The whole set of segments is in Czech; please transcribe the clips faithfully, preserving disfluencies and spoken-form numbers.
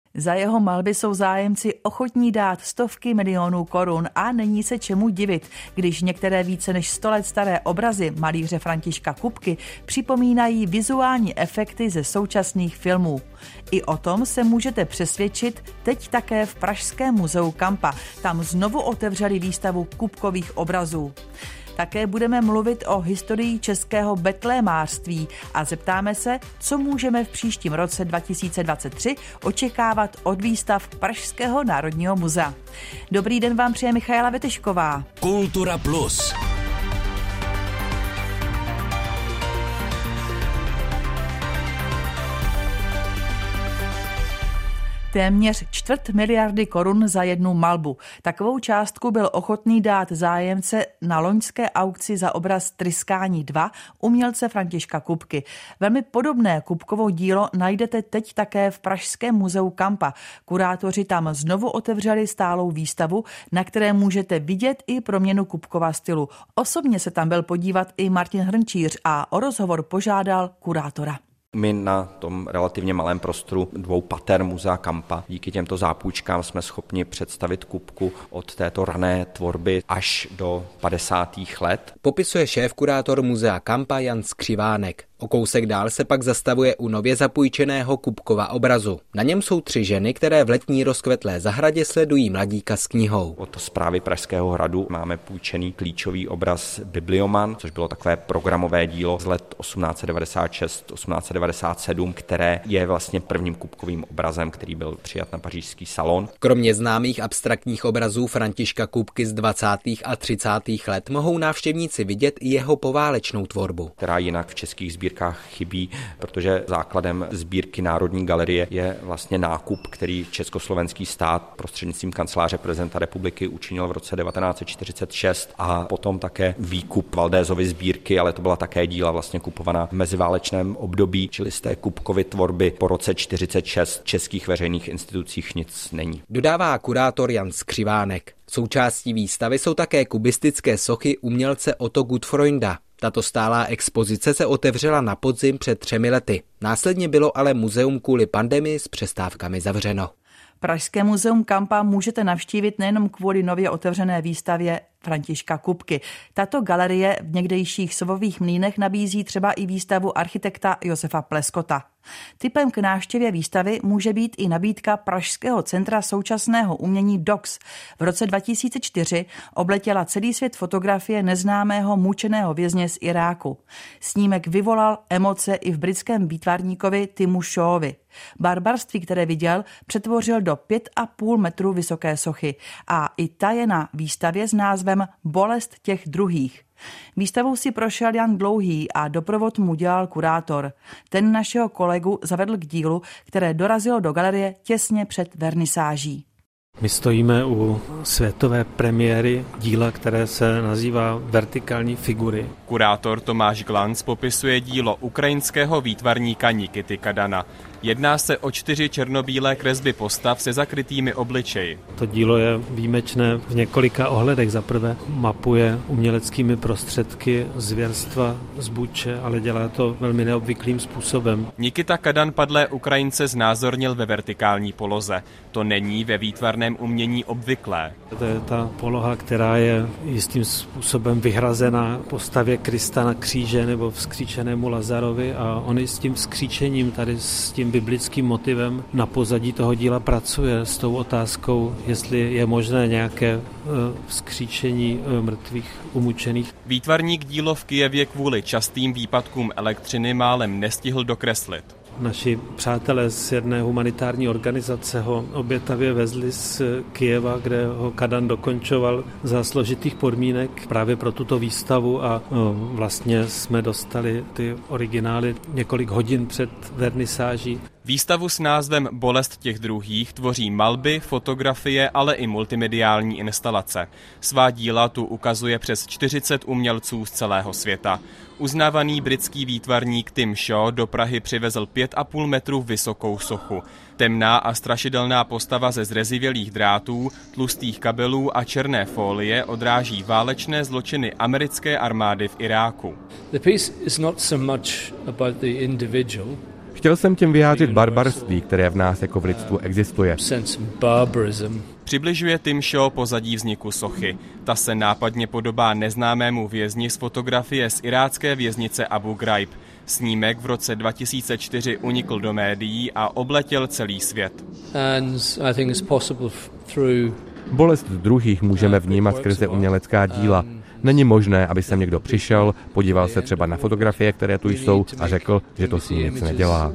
Za jeho malby jsou zájemci ochotní dát stovky milionů korun a není se čemu divit, když některé více než sto let staré obrazy malíře Františka Kupky připomínají vizuální efekty ze současných filmů. I o tom se můžete přesvědčit teď také v Pražském muzeu Kampa. Tam znovu otevřeli výstavu Kupkových obrazů. Také budeme mluvit o historii českého betlémářství a zeptáme se, co můžeme v příštím roce dva tisíce dvacet tři očekávat od výstav Pražského národního muzea. Dobrý den vám přeje Michaela Vetešková. Kultura Plus. Téměř čtvrt miliardy korun za jednu malbu. Takovou částku byl ochotný dát zájemce na loňské aukci za obraz Tryskání dva umělce Františka Kupky. Velmi podobné Kupkovo dílo najdete teď také v Pražském muzeu Kampa. Kurátoři tam znovu otevřeli stálou výstavu, na které můžete vidět i proměnu Kupkova stylu. Osobně se tam byl podívat i Martin Hrnčíř a o rozhovor požádal kurátora. My na tom relativně malém prostoru dvou pater muzea Kampa díky těmto zápůjčkám jsme schopni představit Kupku od této rané tvorby až do padesátých let. Popisuje šéfkurátor muzea Kampa Jan Skřivánek. O kousek dál se pak zastavuje u nově zapůjčeného Kupkova obrazu. Na něm jsou tři ženy, které v letní rozkvetlé zahradě sledují mladíka s knihou. Od správy Pražského hradu máme půjčený klíčový obraz Biblioman, což bylo takové programové dílo z let osmnáct set devadesát šest osmnáct set devadesát sedm, které je vlastně prvním Kupkovým obrazem, který byl přijat na pařížský salon. Kromě známých abstraktních obrazů Františka Kupky z dvacátých a třicátých let mohou návštěvníci vidět i jeho poválečnou tvorbu, která jinak v českých sbírkách chybí, protože základem sbírky Národní galerie je vlastně nákup, který československý stát prostřednictvím kanceláře prezidenta republiky učinil v roce devatenáct set čtyřicet šest a potom také výkup Valdézovy sbírky, ale to byla také díla vlastně kupovaná v meziválečném období, čili z té Kupkovy tvorby po roce čtyřicet šest v českých veřejných institucích nic není. Dodává kurátor Jan Skřivánek. Součástí výstavy jsou také kubistické sochy umělce Otto Gutfreunda. Tato stálá expozice se otevřela na podzim před třemi lety. Následně bylo ale muzeum kvůli pandemii s přestávkami zavřeno. Pražské muzeum Kampa můžete navštívit nejenom kvůli nově otevřené výstavě Františka Kupky. Tato galerie v někdejších Sovových mlýnech nabízí třeba i výstavu architekta Josefa Pleskota. Tipem k návštěvě výstavy může být i nabídka Pražského centra současného umění D O X. V roce dva tisíce čtyři obletěla celý svět fotografie neznámého mučeného vězně z Iráku. Snímek vyvolal emoce i v britském výtvarníkovi Timu Shawovi. Barbarství, které viděl, přetvořil do pět a půl metru vysoké sochy a i ta je na výstavě s názvem Bolest těch druhých. Výstavou si prošel Jan Dlouhý a doprovod mu dělal kurátor. Ten našeho kolegu zavedl k dílu, které dorazilo do galerie těsně před vernisáží. My stojíme u světové premiéry díla, které se nazývá Vertikální figury. Kurátor Tomáš Glanc popisuje dílo ukrajinského výtvarníka Nikity Kadana. Jedná se o čtyři černobílé kresby postav se zakrytými obličeji. To dílo je výjimečné v několika ohledech. Za prvé mapuje uměleckými prostředky zvěrstva z Buče, ale dělá to velmi neobvyklým způsobem. Nikita Kadan padlé Ukrajince znázornil ve vertikální poloze. To není ve výtvarném umění obvyklé. To je ta poloha, která je jistým způsobem vyhrazena postavě Krista na kříže nebo vzkříčenému Lazarovi a on i s tím vzkříčením, tady s tím biblickým motivem na pozadí toho díla pracuje s tou otázkou, jestli je možné nějaké vzkříčení mrtvých umučených. Výtvarník dílo v Kyjevě kvůli častým výpadkům elektřiny málem nestihl dokreslit. Naši přátelé z jedné humanitární organizace ho obětavě vezli z Kyjeva, kde ho Kadan dokončoval za složitých podmínek právě pro tuto výstavu a no, vlastně jsme dostali ty originály několik hodin před vernisáží. Výstavu s názvem Bolest těch druhých tvoří malby, fotografie, ale i multimediální instalace. Svá díla tu ukazuje přes čtyřicet umělců z celého světa. Uznávaný britský výtvarník Tim Shaw do Prahy přivezl pět a půl metru vysokou sochu. Temná a strašidelná postava ze zrezivělých drátů, tlustých kabelů a černé fólie odráží válečné zločiny americké armády v Iráku. The piece is not so much about the individual, Chtěl jsem tím vyjádřit barbarství, které v nás jako v lidstvu existuje. Přibližuje Tim Shaw pozadí vzniku sochy. Ta se nápadně podobá neznámému vězni z fotografie z irácké věznice Abu Ghraib. Snímek v roce dva tisíce čtyři unikl do médií a obletěl celý svět. Bolest druhých můžeme vnímat skrze umělecká díla. Není možné, aby sem někdo přišel, podíval se třeba na fotografie, které tu jsou, a řekl, že to s ním nic nedělá.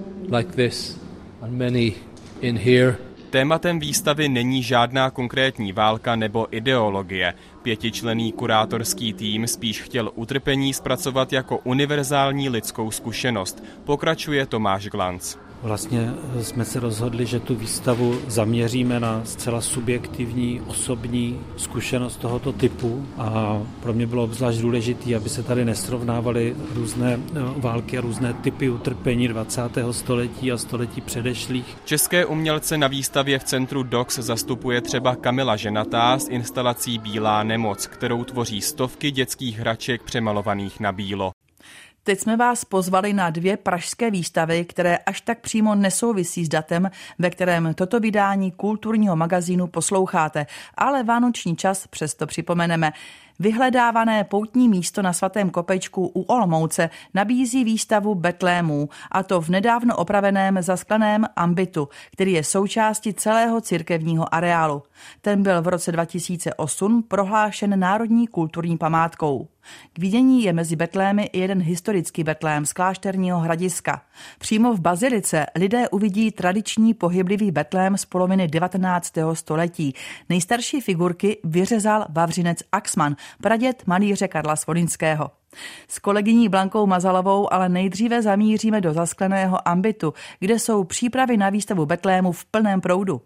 Tématem výstavy není žádná konkrétní válka nebo ideologie. Pětičlenný kurátorský tým spíš chtěl utrpení zpracovat jako univerzální lidskou zkušenost, pokračuje Tomáš Glanc. Vlastně jsme se rozhodli, že tu výstavu zaměříme na zcela subjektivní, osobní zkušenost tohoto typu a pro mě bylo obzvlášť důležité, aby se tady nesrovnávaly různé války a různé typy utrpení dvacátého století a století předešlých. České umělce na výstavě v centru D O X zastupuje třeba Kamila Ženatá s instalací Bílá nemoc, kterou tvoří stovky dětských hraček přemalovaných na bílo. Teď jsme vás pozvali na dvě pražské výstavy, které až tak přímo nesouvisí s datem, ve kterém toto vydání kulturního magazínu posloucháte, ale vánoční čas přesto připomeneme. Vyhledávané poutní místo na Svatém Kopečku u Olomouce nabízí výstavu Betlémů, a to v nedávno opraveném zaskleném ambitu, který je součástí celého církevního areálu. Ten byl v roce dva tisíce osm prohlášen národní kulturní památkou. K vidění je mezi betlémy i jeden historický betlém z klášterního hradiska. Přímo v bazilice lidé uvidí tradiční pohyblivý betlém z poloviny devatenáctého století. Nejstarší figurky vyřezal Vavřinec Axman, praděd malíře Karla Svodinského. S kolegyní Blankou Mazalovou ale nejdříve zamíříme do zaskleného ambitu, kde jsou přípravy na výstavu betlému v plném proudu.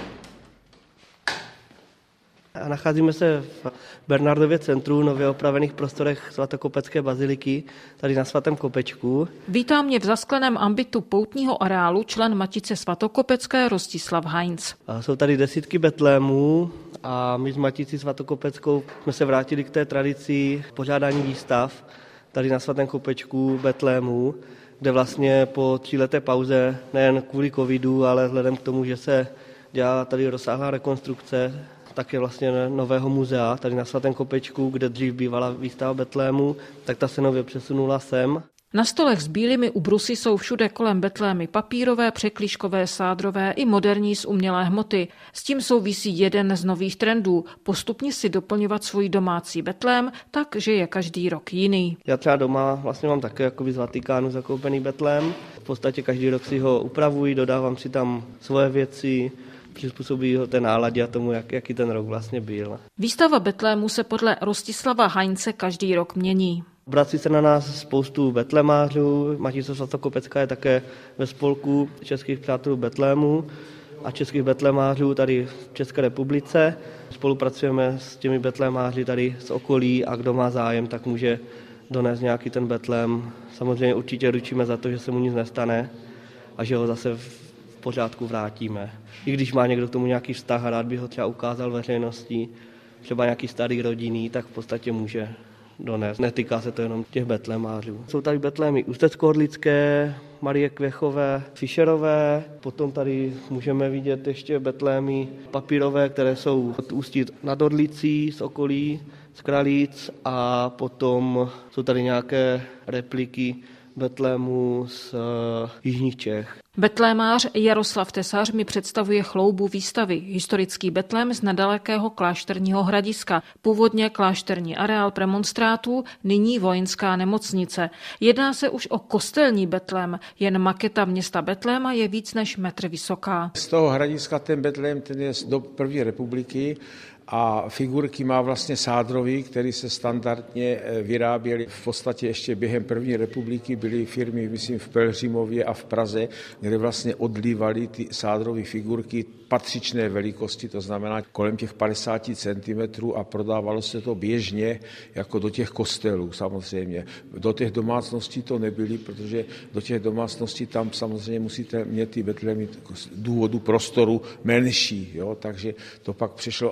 Nacházíme se v Bernardově centru, nově opravených prostorech svatokopecké baziliky, tady na Svatém Kopečku. Vítá mě v zaskleném ambitu poutního areálu člen Matice svatokopecké Rostislav Heinz. Jsou tady desítky betlémů a my s Maticí svatokopeckou jsme se vrátili k té tradici pořádání výstav tady na Svatém Kopečku betlémů, kde vlastně po tříleté pauze, nejen kvůli covidu, ale vzhledem k tomu, že se dělá tady rozsáhlá rekonstrukce, také vlastně nového muzea, tady na Svatém Kopečku, kde dřív bývala výstava betlému, tak ta se nově přesunula sem. Na stolech s bílými ubrusy jsou všude kolem betlémy papírové, překlíškové, sádrové i moderní z umělé hmoty. S tím souvisí jeden z nových trendů. Postupně si doplňovat svůj domácí betlém, takže je každý rok jiný. Já třeba doma vlastně mám také jakoby z Vatikánu zakoupený betlém. V podstatě každý rok si ho upravuji, dodávám si tam svoje věci, přizpůsobí ho té náladě a tomu, jak, jaký ten rok vlastně byl. Výstava betlému se podle Rostislava Heinze každý rok mění. Obrací se na nás spoustu betlemářů, Matice svatokopecká je také ve spolku českých přátelů betlému a českých betlemářů tady v České republice. Spolupracujeme s těmi betlemáři tady z okolí a kdo má zájem, tak může donést nějaký ten betlém. Samozřejmě určitě ručíme za to, že se mu nic nestane a že ho zase v pořádku vrátíme. I když má někdo k tomu nějaký vztah a rád by ho třeba ukázal veřejnosti, třeba nějaký starý rodinný, tak v podstatě může donést. Netýká se to jenom těch betlemářů. Jsou tady betlémy ústecko-orlické, Marie Kvěchové, Fischerové, potom tady můžeme vidět ještě betlémy papírové, které jsou od Ústí nad Orlicí, z okolí, z Kralíc, a potom jsou tady nějaké repliky betlémů z uh, jižních Čech. Betlémář Jaroslav Tesař mi představuje chloubu výstavy. Historický betlém z nedalekého klášterního hradiska. Původně klášterní areál premonstrátů, nyní vojenská nemocnice. Jedná se už o kostelní betlém, jen maketa města Betléma je víc než metr vysoká. Z toho hradiska ten betlém, ten je do první republiky a figurky má vlastně sádrový, který se standardně vyráběly v podstatě ještě během první republiky. Byly firmy, myslím, v Pelhřimově a v Praze, kde vlastně odlívaly ty sádrové figurky patřičné velikosti, to znamená kolem těch padesát centimetrů, a prodávalo se to běžně jako do těch kostelů samozřejmě. Do těch domácností to nebyly, protože do těch domácností tam samozřejmě musíte mít ty betlémy důvodu prostoru menší, jo, takže to pak přišlo, ale prostě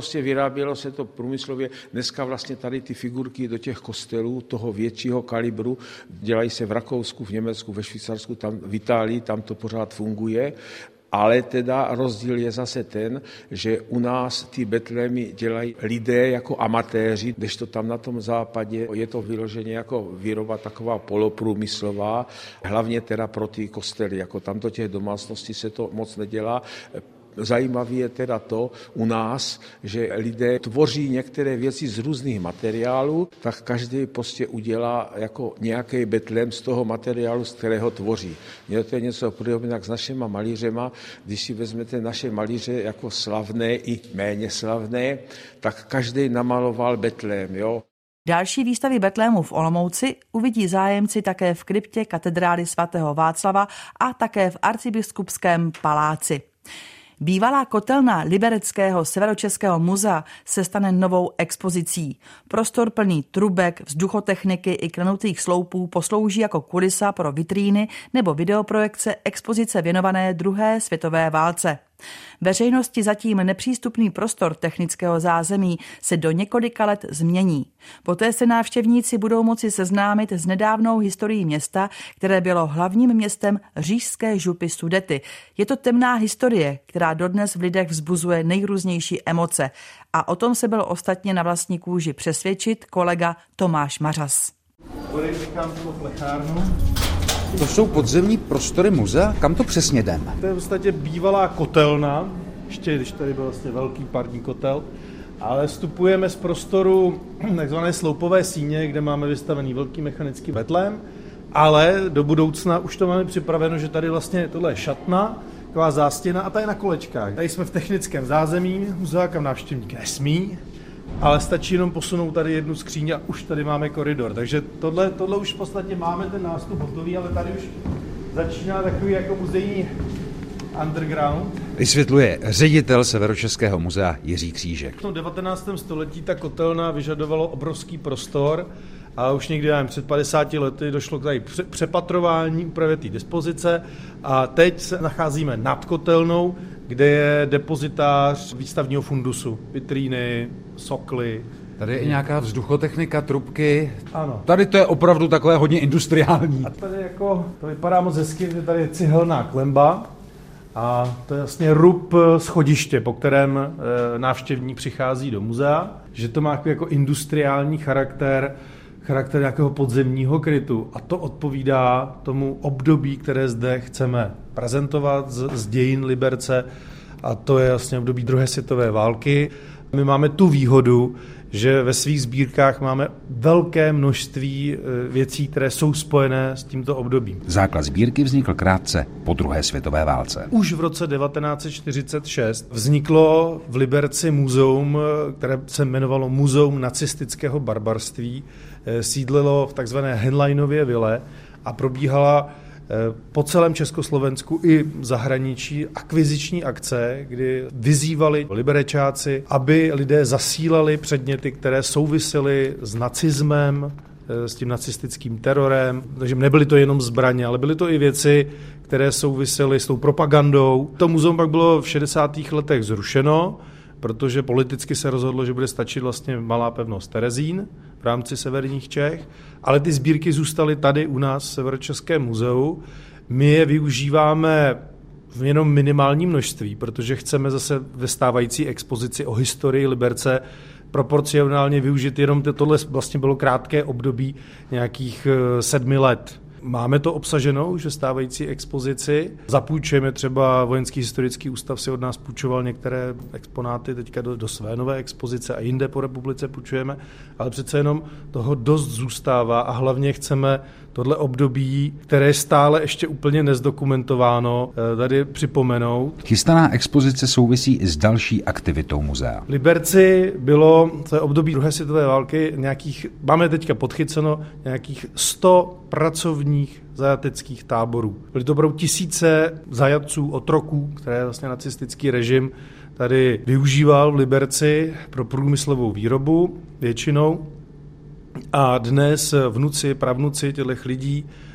prostě vyrábělo se to průmyslově. Dneska vlastně tady ty figurky do těch kostelů toho většího kalibru dělají se v Rakousku, v Německu, ve Švýcarsku, tam v Itálii, tam to pořád funguje. Ale teda rozdíl je zase ten, že u nás ty betlémy dělají lidé jako amatéři, kdežto tam na tom západě je to vyloženě jako výroba taková poloprůmyslová, hlavně teda pro ty kostely, jako tamto těch domácností se to moc nedělá. Zajímavé je teda to u nás, že lidé tvoří některé věci z různých materiálů, tak každý prostě udělá jako nějaký betlém z toho materiálu, z kterého tvoří. Mně to je něco podobného s našima malířema. Když si vezmete naše malíře jako slavné i méně slavné, tak každý namaloval betlém, jo. Další výstavy betlému v Olomouci uvidí zájemci také v kryptě katedrály svatého Václava a také v arcibiskupském paláci. Bývalá kotelna Libereckého severočeského muzea se stane novou expozicí. Prostor plný trubek, vzduchotechniky i klenutých sloupů poslouží jako kulisa pro vitríny nebo videoprojekce expozice věnované druhé světové válce. Veřejnosti zatím nepřístupný prostor technického zázemí se do několika let změní. Poté se návštěvníci budou moci seznámit s nedávnou historií města, které bylo hlavním městem říšské župy Sudety. Je to temná historie, která dodnes v lidech vzbuzuje nejrůznější emoce. A o tom se byl ostatně na vlastní kůži přesvědčit kolega Tomáš Mařas. To jsou podzemní prostory muzea? Kam to přesně jdeme? To je v podstatě bývalá kotelna, ještě když tady byl vlastně velký parní kotel, ale vstupujeme z prostoru takzvané sloupové síně, kde máme vystavený velký mechanický betlém, ale do budoucna už to máme připraveno, že tady vlastně tohle je šatna, taková zástěna a ta je na kolečkách. Tady jsme v technickém zázemí muzea, kam návštěvník nesmí, ale stačí jenom posunout tady jednu skříň a už tady máme koridor. Takže tohle, tohle už v podstatě máme ten nástup hotový, ale tady už začíná takový jako muzejní underground. Vysvětluje ředitel Severočeského muzea Jiří Křížek. V tom devatenáctém století ta kotelna vyžadovalo obrovský prostor a už někdy nevím, před padesáti lety došlo k tady přepatrování, úpravě té dispozice a teď se nacházíme nad kotelnou, kde je depozitář výstavního fundusu, vitríny, sokly. Tady je i nějaká vzduchotechnika, trubky. Ano. Tady to je opravdu takové hodně industriální. A tady jako, to vypadá moc hezky, že tady je cihelná klemba a to je vlastně rub schodiště, po kterém e, návštěvník přichází do muzea, že to má jako industriální charakter, charakter nějakého podzemního krytu a to odpovídá tomu období, které zde chceme prezentovat z, z dějin Liberce a to je vlastně období druhé světové války. My máme tu výhodu, že ve svých sbírkách máme velké množství věcí, které jsou spojené s tímto obdobím. Základ sbírky vznikl krátce po druhé světové válce. Už v roce devatenáct set čtyřicet šest vzniklo v Liberci muzeum, které se jmenovalo Muzeum nacistického barbarství. Sídlilo v takzvané Henleinově vile a probíhala po celém Československu i v zahraničí akviziční akce, kdy vyzývali liberečáci, aby lidé zasílali předměty, které souvisely s nacismem, s tím nacistickým terorem. Takže nebyly to jenom zbraně, ale byly to i věci, které souvisely s tou propagandou. To muzeum pak bylo v šedesátých letech zrušeno, protože politicky se rozhodlo, že bude stačit vlastně malá pevnost Terezín v rámci severních Čech, ale ty sbírky zůstaly tady u nás v Severočeském muzeu. My je využíváme v jenom minimálním množství, protože chceme zase ve stávající expozici o historii Liberce proporcionálně využít jenom tohle vlastně bylo krátké období nějakých sedmi let. Máme to obsaženo už ve stávající expozici. Zapůjčujeme třeba Vojenský historický ústav si od nás půjčoval některé exponáty teďka do, do své nové expozice a jinde po republice půjčujeme, ale přece jenom toho dost zůstává a hlavně chceme tohle období, které je stále ještě úplně nezdokumentováno, tady připomenout. Chystaná expozice souvisí i s další aktivitou muzea. V Liberci bylo to je období druhé světové války nějakých, máme teďka podchyceno nějakých sto pracovních zajateckých táborů. Byly to opravdu tisíce zajatců, otroků, které vlastně nacistický režim tady využíval v Liberci pro průmyslovou výrobu většinou. A dnes vnuci, pravnuci těchto lidí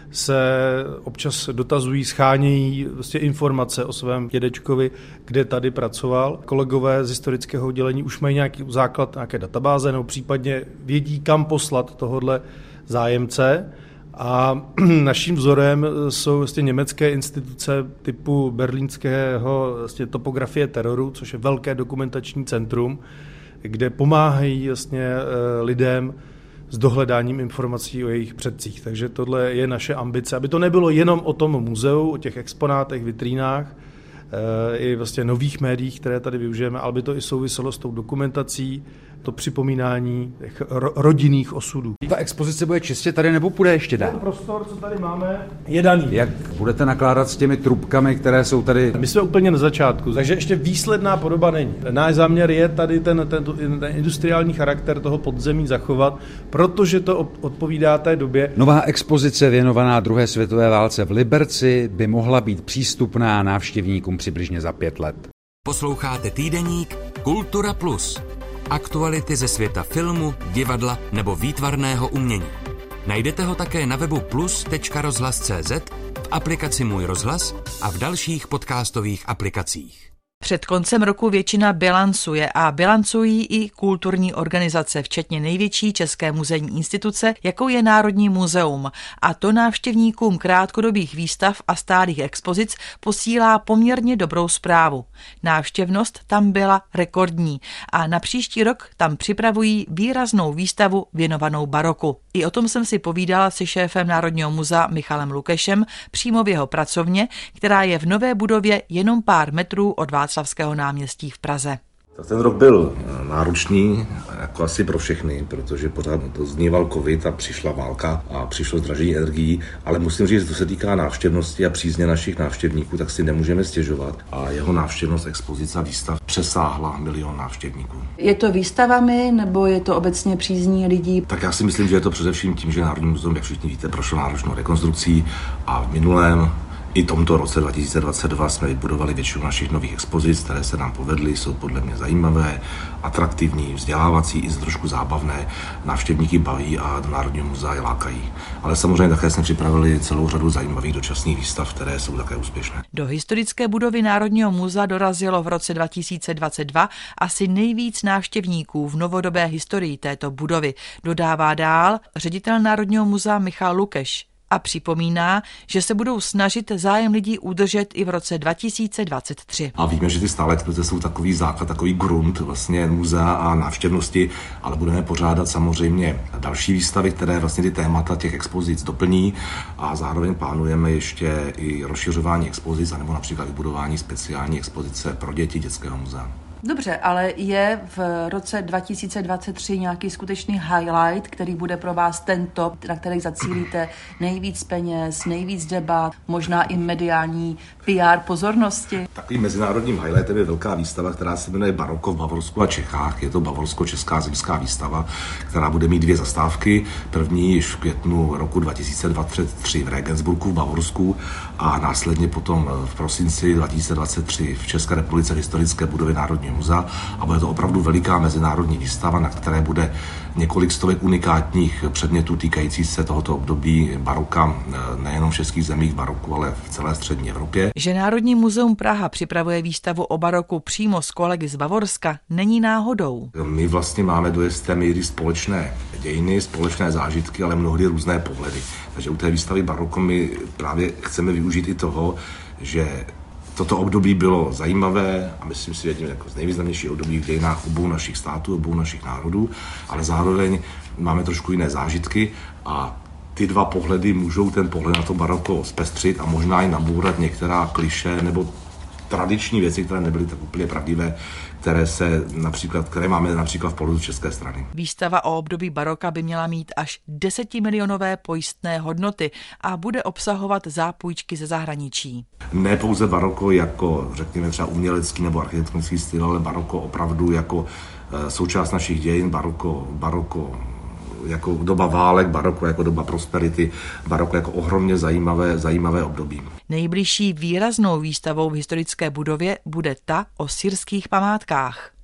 se občas dotazují, schánějí vlastně informace o svém dědečkovi, kde tady pracoval. Kolegové z historického oddělení už mají nějaký základ, nějaké databáze, nebo případně vědí, kam poslat tohodle zájemce. A naším vzorem jsou vlastně německé instituce typu berlínského vlastně topografie teroru, což je velké dokumentační centrum, kde pomáhají vlastně lidem s dohledáním informací o jejich předcích. Takže tohle je naše ambice, aby to nebylo jenom o tom muzeu, o těch exponátech, vitrínách, i vlastně nových médiích, které tady využijeme, ale by to i souviselo s tou dokumentací, to připomínání těch ro- rodinných osudů. Ta expozice bude čistě tady nebo půjde ještě dál? Ten prostor, co tady máme, je daný. Jak budete nakládat s těmi trubkami, které jsou tady? My jsme úplně na začátku, takže ještě výsledná podoba není. Náš záměr je tady ten, ten, ten industriální charakter toho podzemí zachovat, protože to odpovídá té době. Nová expozice věnovaná druhé světové válce v Liberci by mohla být přístupná návštěvníkům přibližně za pět let. Posloucháte týdeník Kultura Plus. Aktuality ze světa filmu, divadla nebo výtvarného umění. Najdete ho také na webu plus tečka rozhlas tečka cé zet, v aplikaci Můj rozhlas a v dalších podcastových aplikacích. Před koncem roku většina bilancuje a bilancují i kulturní organizace, včetně největší české muzejní instituce, jakou je Národní muzeum. A to návštěvníkům krátkodobých výstav a stálých expozic posílá poměrně dobrou zprávu. Návštěvnost tam byla rekordní a na příští rok tam připravují výraznou výstavu věnovanou baroku. I o tom jsem si povídala se šéfem Národního muzea Michalem Lukešem přímo v jeho pracovně, která je v nové budově jenom pár metrů od Václavského náměstí v Praze. Ten rok byl náročný, jako asi pro všechny, protože pořád to zníval covid a přišla válka a přišlo zdražení energií, ale musím říct, že to se týká návštěvnosti a přízně našich návštěvníků, tak si nemůžeme stěžovat. A jeho návštěvnost expozice a výstav přesáhla milion návštěvníků. Je to výstavami nebo je to obecně přízní lidí? Tak já si myslím, že je to především tím, že Národní muzeum, jak všichni víte, prošlo náročnou rekonstrukcí a v minulém i tomto roce dva tisíce dvacet dva jsme vybudovali většinu našich nových expozic, které se nám povedly, jsou podle mě zajímavé, atraktivní, vzdělávací i trošku zábavné. Návštěvníky baví a do Národního muzea je lákají. Ale samozřejmě také jsme připravili celou řadu zajímavých dočasných výstav, které jsou také úspěšné. Do historické budovy Národního muzea dorazilo v roce dva tisíce dvacet dva asi nejvíc návštěvníků v novodobé historii této budovy, dodává dál ředitel Národního muzea Michal Lukeš. A připomíná, že se budou snažit zájem lidí udržet i v roce dva tisíce dvacet tři. A víme, že ty stále expozice jsou takový základ, takový grunt vlastně muzea a návštěvnosti, ale budeme pořádat samozřejmě další výstavy, které vlastně ty témata těch expozic doplní a zároveň plánujeme ještě i rozšiřování expozic, anebo například vybudování speciální expozice pro děti dětského muzea. Dobře, ale je v roce dva tisíce dvacet tři nějaký skutečný highlight, který bude pro vás tento, na který zacílíte nejvíc peněz, nejvíc debat, možná i mediální P R pozornosti? Takovým mezinárodním highlightem je velká výstava, která se jmenuje Baroko v Bavorsku a Čechách. Je to bavorsko-česká zemská výstava, která bude mít dvě zastávky. První již v květnu roku dva tisíce dvacet tři v Regensburgu v Bavorsku a následně potom v prosinci dva tisíce dvacet tři v České republice v historické budově Národního muzea a bude to opravdu veliká mezinárodní výstava, na které bude několik stovek unikátních předmětů týkající se tohoto období baroka, nejenom v českých zemích baroku, ale v celé střední Evropě. Že Národní muzeum Praha připravuje výstavu o baroku přímo s kolegy z Bavorska, není náhodou. My vlastně máme do jisté míry společné dějiny, společné zážitky, ale mnohdy různé pohledy. Takže u té výstavy baroko my právě chceme využít i toho, že toto období bylo zajímavé a myslím si jedním jako z nejvýznamnějších období v dějinách obou našich států, obou našich národů, ale zároveň máme trošku jiné zážitky a ty dva pohledy můžou ten pohled na to baroko zpestřit a možná i nabourat některá klišé nebo tradiční věci, které nebyly tak úplně pravdivé, které se například, které máme například v pohledu české strany. Výstava o období baroka by měla mít až desetimilionové pojistné hodnoty a bude obsahovat zápůjčky ze zahraničí. Ne pouze baroko jako, řekněme, třeba umělecký nebo architektonický styl, ale baroko opravdu jako součást našich dějin, baroko, baroko jako doba válek, baroko jako doba prosperity, baroko jako ohromně zajímavé, zajímavé období. Nejbližší výraznou výstavou v historické budově bude ta o syrských památkách.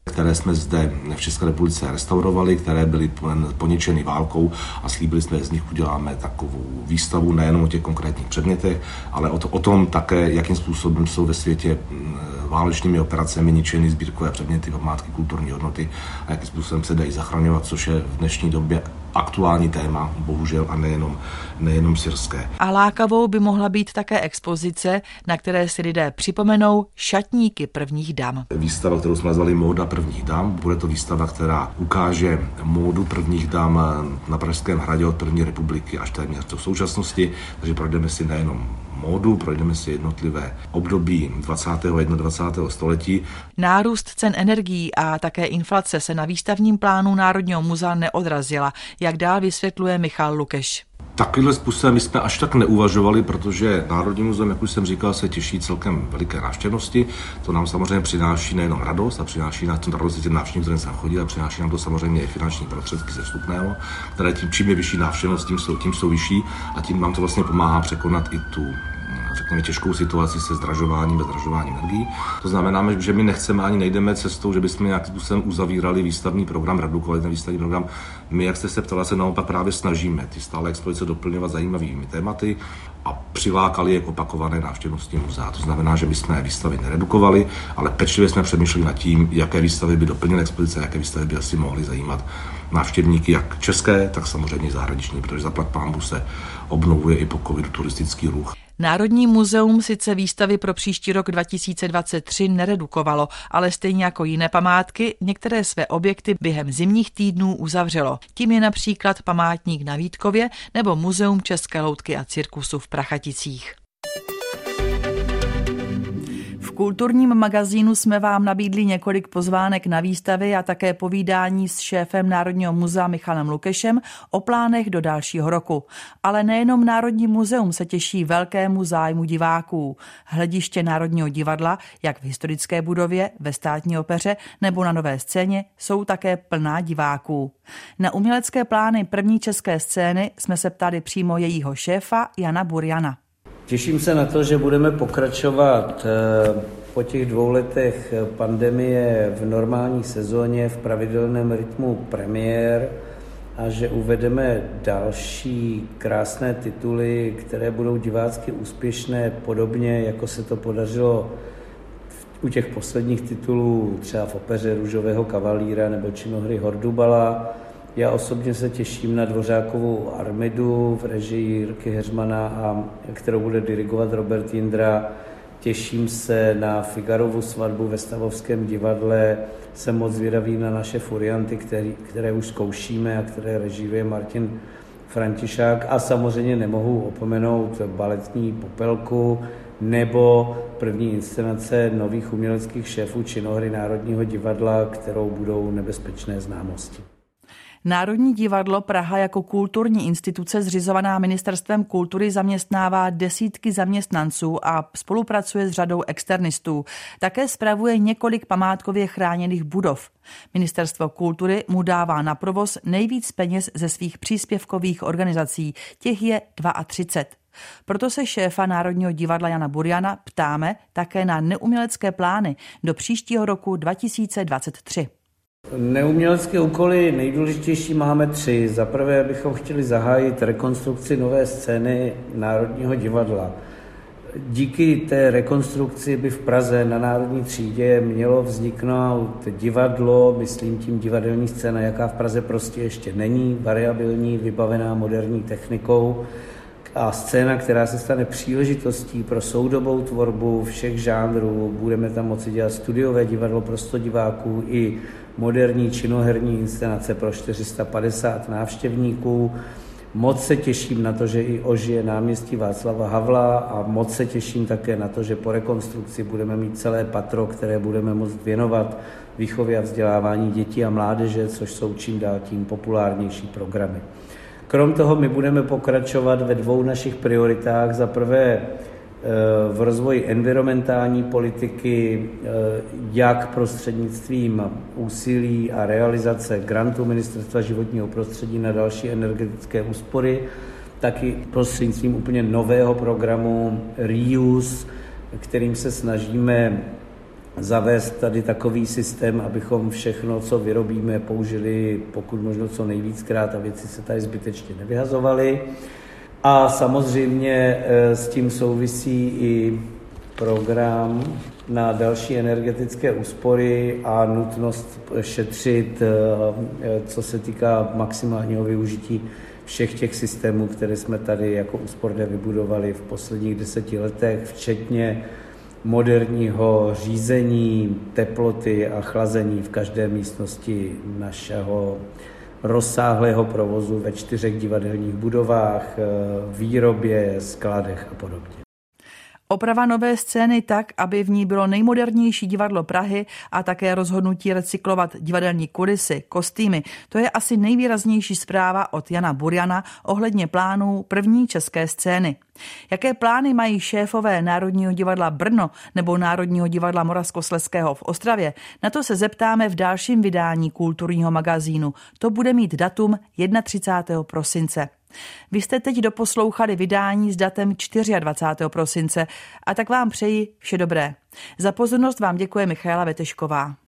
které jsme zde v České republice restaurovali, které byly poničeny válkou a slíbili jsme, že z nich uděláme takovou výstavu nejen o těch konkrétních předmětech, ale o, to, o tom také, jakým způsobem jsou ve světě válečnými operacemi ničeny sbírkové předměty, památky kulturní hodnoty a jakým způsobem se dají zachraňovat, což je v dnešní době aktuální téma, bohužel, a nejenom, nejenom syrské. A lákavou by mohla být také expozice, na které si lidé připomenou šatníky prvních dam. Výstava, kterou jsme nazvali Móda prvních dam, bude to výstava, která ukáže módu prvních dam na Pražském hradě od první republiky až téměř do současnosti, takže projdeme si nejenom módu, projdeme si jednotlivé období dvacátého a dvacátého prvního století. Nárůst cen energií a také inflace se na výstavním plánu Národního muzea neodrazila, jak dál vysvětluje Michal Lukeš. Takovýmhle způsobem my jsme až tak neuvažovali, protože Národní muzeum, jak už jsem říkal, se těší celkem veliké návštěvnosti. To nám samozřejmě přináší nejenom radost, a přináší nám to radost těm návštěvníkům, kteří sem chodí, a přináší nám to samozřejmě i finanční prostředky ze vstupného, které tím, čím je vyšší návštěvnost, tím jsou, tím jsou vyšší a tím nám to vlastně pomáhá překonat i tu, řekněme, těžkou situaci se zdražováním, zdražováním energií. To znamená, že my nechceme ani nejdeme cestou, že bychom nějakým způsobem uzavírali výstavní program, redukovali ten výstavní program. My, jak jste se ptala, se naopak právě snažíme ty stále expozice doplňovat zajímavými tématy a přilákali je k opakované návštěvnosti muzea. To znamená, že bychom výstavy neredukovali, ale pečlivě jsme přemýšleli nad tím, jaké výstavy by doplnily expozice, jaké výstavy by asi mohly zajímat návštěvníky, jak české, tak samozřejmě zahraniční, protože zaplať pánbůh se obnovuje i po covidu turistický ruch. Národní muzeum sice výstavy pro příští rok dva tisíce dvacet tři neredukovalo, ale stejně jako jiné památky některé své objekty během zimních týdnů uzavřelo. Tím je například památník na Vítkově nebo Muzeum české loutky a cirkusu v Prachaticích. V kulturním magazínu jsme vám nabídli několik pozvánek na výstavy a také povídání s šéfem Národního muzea Michalem Lukešem o plánech do dalšího roku. Ale nejenom Národní muzeum se těší velkému zájmu diváků. Hlediště Národního divadla, jak v historické budově, ve Státní opeře nebo na Nové scéně, jsou také plná diváků. Na umělecké plány první české scény jsme se ptali přímo jejího šéfa Jana Burjana. Těším se na to, že budeme pokračovat po těch dvou letech pandemie v normální sezóně v pravidelném rytmu premiér a že uvedeme další krásné tituly, které budou divácky úspěšné, podobně jako se to podařilo u těch posledních titulů, třeba v opeře Růžového kavalíra nebo činohry Hordubala. Já osobně se těším na Dvořákovou Armidu v režii Jirky Heřmana, a kterou bude dirigovat Robert Jindra. Těším se na Figarovu svatbu ve Stavovském divadle. Jsem moc zvědavý na naše furianty, které, které už zkoušíme a které režíruje Martin Františák. A samozřejmě nemohu opomenout baletní Popelku nebo první inscenace nových uměleckých šéfů činohry Národního divadla, kterou budou Nebezpečné známosti. Národní divadlo Praha jako kulturní instituce zřizovaná Ministerstvem kultury zaměstnává desítky zaměstnanců a spolupracuje s řadou externistů. Také spravuje několik památkově chráněných budov. Ministerstvo kultury mu dává na provoz nejvíc peněz ze svých příspěvkových organizací. Těch je třicet dva. Proto se šéfa Národního divadla Jana Burjana ptáme také na neumělecké plány do příštího roku dva tisíce dvacet tři. Neumělecké úkoly nejdůležitější máme tři. Za prvé bychom chtěli zahájit rekonstrukci nové scény Národního divadla. Díky té rekonstrukci by v Praze na Národní třídě mělo vzniknout divadlo, myslím tím divadelní scéna, jaká v Praze prostě ještě není, variabilní, vybavená moderní technikou, a scéna, která se stane příležitostí pro soudobou tvorbu všech žánrů. Budeme tam moci dělat studiové divadlo pro sto diváků i moderní činoherní inscenace pro čtyři sta padesát návštěvníků. Moc se těším na to, že i ožije náměstí Václava Havla, a moc se těším také na to, že po rekonstrukci budeme mít celé patro, které budeme moct věnovat výchově a vzdělávání dětí a mládeže, což jsou čím dál tím populárnější programy. Krom toho my budeme pokračovat ve dvou našich prioritách. Za prvé v rozvoji environmentální politiky, jak prostřednictvím úsilí a realizace grantu Ministerstva životního prostředí na další energetické úspory, tak i prostřednictvím úplně nového programu Reuse, kterým se snažíme zavést tady takový systém, abychom všechno, co vyrobíme, použili pokud možno co nejvíckrát a věci se tady zbytečně nevyhazovaly. A samozřejmě s tím souvisí i program na další energetické úspory a nutnost šetřit, co se týká maximálního využití všech těch systémů, které jsme tady jako úsporně vybudovali v posledních deseti letech, včetně moderního řízení, teploty a chlazení v každé místnosti našeho rozsáhlého provozu ve čtyřech divadelních budovách, výrobě, skladech a podobně. Oprava nové scény tak, aby v ní bylo nejmodernější divadlo Prahy a také rozhodnutí recyklovat divadelní kulisy, kostýmy. To je asi nejvýraznější zpráva od Jana Burjana ohledně plánů první české scény. Jaké plány mají šéfové Národního divadla Brno nebo Národního divadla Moravskoslezského v Ostravě? Na to se zeptáme v dalším vydání kulturního magazínu. To bude mít datum třicátého prvního prosince. Vy jste teď doposlouchali vydání s datem dvacátého čtvrtého prosince a tak vám přeji vše dobré. Za pozornost vám děkuje Michaela Vetešková.